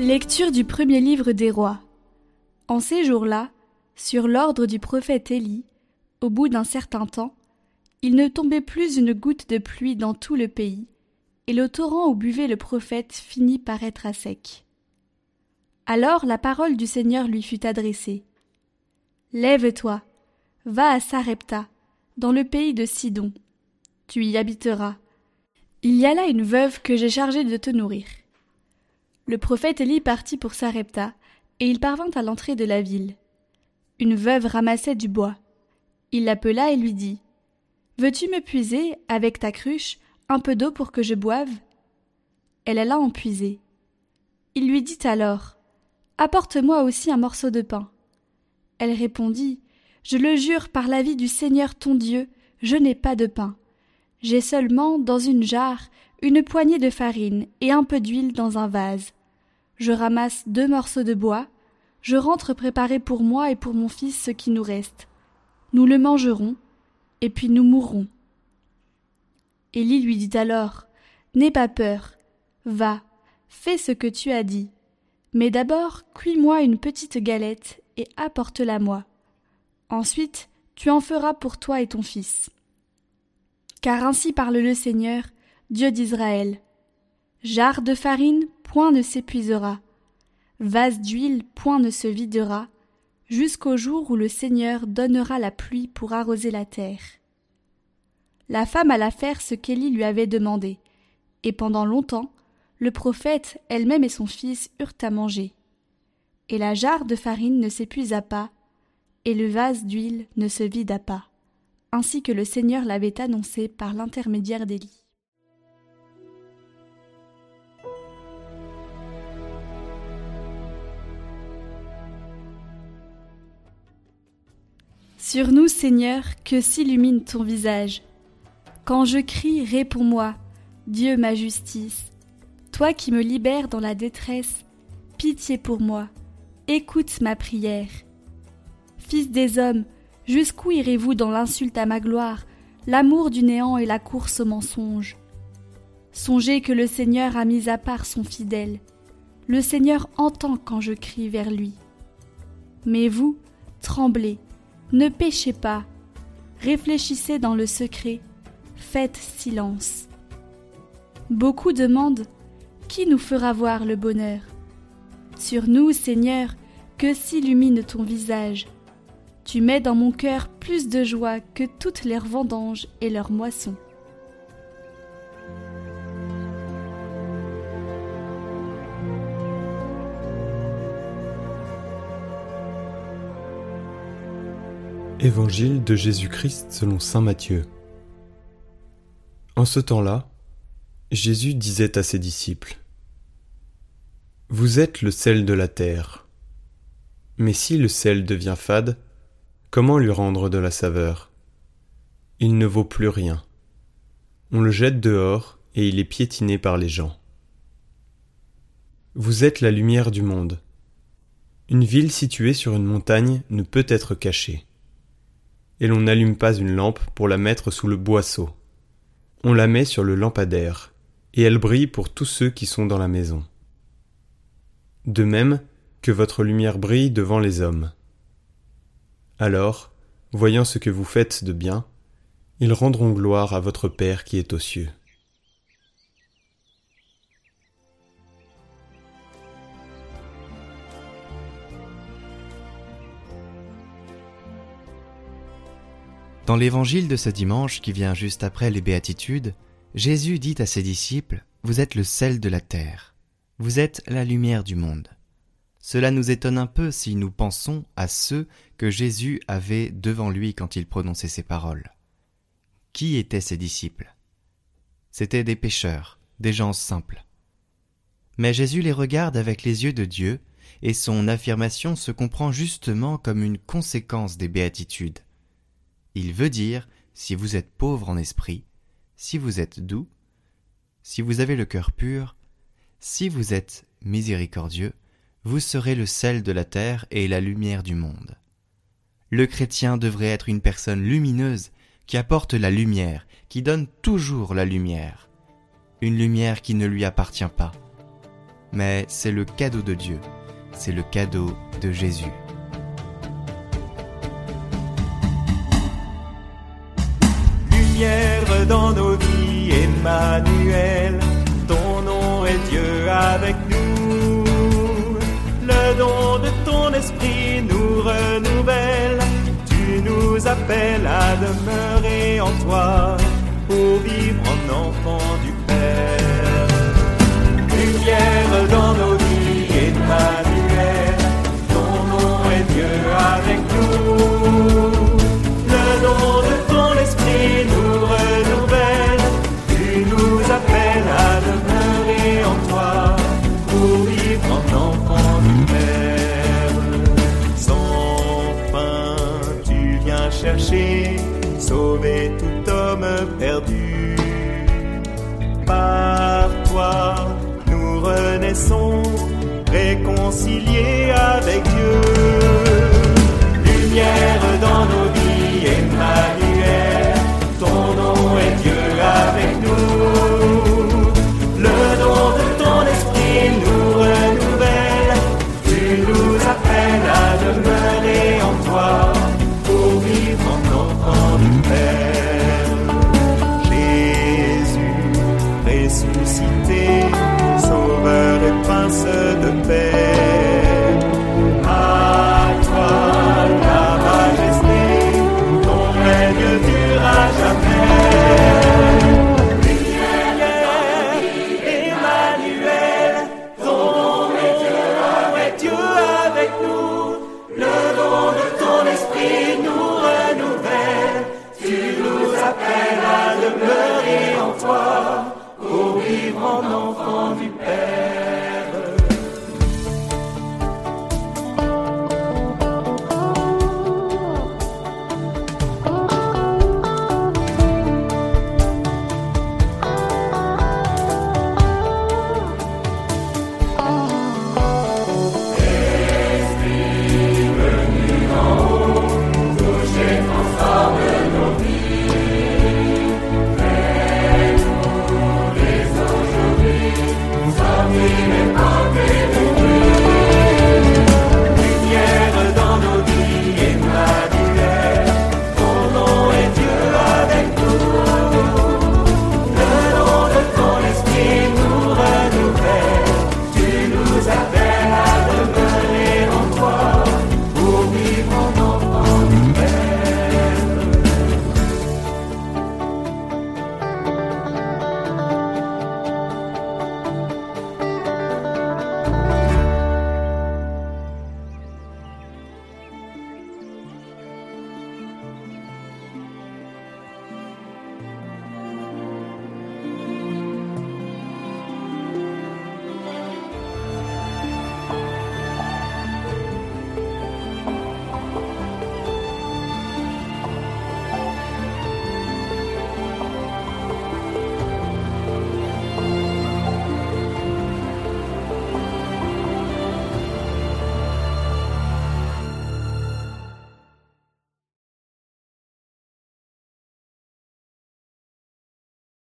Lecture du premier livre des rois. En ces jours-là, sur l'ordre du prophète Élie, au bout d'un certain temps, il ne tombait plus une goutte de pluie dans tout le pays, et le torrent où buvait le prophète finit par être à sec. Alors la parole du Seigneur lui fut adressée. « Lève-toi, va à Sarepta, dans le pays de Sidon. Tu y habiteras. Il y a là une veuve que j'ai chargée de te nourrir. » Le prophète Élie partit pour Sarepta, et il parvint à l'entrée de la ville. Une veuve ramassait du bois. Il l'appela et lui dit « Veux-tu me puiser, avec ta cruche, un peu d'eau pour que je boive ?» Elle alla en puiser. Il lui dit alors « Apporte-moi aussi un morceau de pain. » Elle répondit « Je le jure par la vie du Seigneur ton Dieu, je n'ai pas de pain. J'ai seulement, dans une jarre, une poignée de farine et un peu d'huile dans un vase. Je ramasse 2 morceaux de bois, je rentre préparer pour moi et pour mon fils ce qui nous reste. Nous le mangerons, et puis nous mourrons. » Élie lui dit alors « N'aie pas peur, va, fais ce que tu as dit. Mais d'abord, cuis-moi une petite galette et apporte-la-moi. Ensuite, tu en feras pour toi et ton fils. Car ainsi parle le Seigneur, Dieu d'Israël. Jarre de farine, point ne s'épuisera. Vase d'huile, point ne se videra, jusqu'au jour où le Seigneur donnera la pluie pour arroser la terre. » La femme alla faire ce qu'Élie lui avait demandé, et pendant longtemps, le prophète, elle-même et son fils eurent à manger. Et la jarre de farine ne s'épuisa pas, et le vase d'huile ne se vida pas, ainsi que le Seigneur l'avait annoncé par l'intermédiaire d'Élie. Sur nous, Seigneur, que s'illumine ton visage. Quand je crie, réponds-moi, Dieu ma justice. Toi qui me libères dans la détresse, pitié pour moi, écoute ma prière. Fils des hommes, jusqu'où irez-vous dans l'insulte à ma gloire, l'amour du néant et la course au mensonge? Songez que le Seigneur a mis à part son fidèle. Le Seigneur entend quand je crie vers lui. Mais vous, tremblez, ne péchez pas, réfléchissez dans le secret, faites silence. Beaucoup demandent « Qui nous fera voir le bonheur ?» Sur nous, Seigneur, que s'illumine ton visage. Tu mets dans mon cœur plus de joie que toutes leurs vendanges et leurs moissons. Évangile de Jésus-Christ selon saint Matthieu. En ce temps-là, Jésus disait à ses disciples : « Vous êtes le sel de la terre. Mais si le sel devient fade, comment lui rendre de la saveur ? Il ne vaut plus rien. On le jette dehors et il est piétiné par les gens. Vous êtes la lumière du monde. Une ville située sur une montagne ne peut être cachée. Et l'on n'allume pas une lampe pour la mettre sous le boisseau. On la met sur le lampadaire, et elle brille pour tous ceux qui sont dans la maison. De même que votre lumière brille devant les hommes. Alors, voyant ce que vous faites de bien, ils rendront gloire à votre Père qui est aux cieux. Dans l'évangile de ce dimanche qui vient juste après les béatitudes, Jésus dit à ses disciples « Vous êtes le sel de la terre, vous êtes la lumière du monde ». Cela nous étonne un peu si nous pensons à ceux que Jésus avait devant lui quand il prononçait ces paroles. Qui étaient ses disciples ? C'étaient des pécheurs, des gens simples. Mais Jésus les regarde avec les yeux de Dieu et son affirmation se comprend justement comme une conséquence des béatitudes. Il veut dire, si vous êtes pauvre en esprit, si vous êtes doux, si vous avez le cœur pur, si vous êtes miséricordieux, vous serez le sel de la terre et la lumière du monde. Le chrétien devrait être une personne lumineuse qui apporte la lumière, qui donne toujours la lumière. Une lumière qui ne lui appartient pas. mais c'est le cadeau de Dieu, c'est le cadeau de Jésus. Lumière dans nos vies, Emmanuel, ton nom est Dieu avec nous. Le don de ton esprit nous renouvelle, tu nous appelles à demeurer en toi, pour vivre en enfant du Père. Lumière dans nos vies, Emmanuel, ton nom est Dieu avec nous. Le don de ton esprit nous renouvelle, tu nous appelles à demeurer en toi, pour vivre en enfant du Père. Sans fin, tu viens chercher, sauver tout homme perdu. Par toi, nous renaissons, réconciliés avec Dieu. Lumière dans nos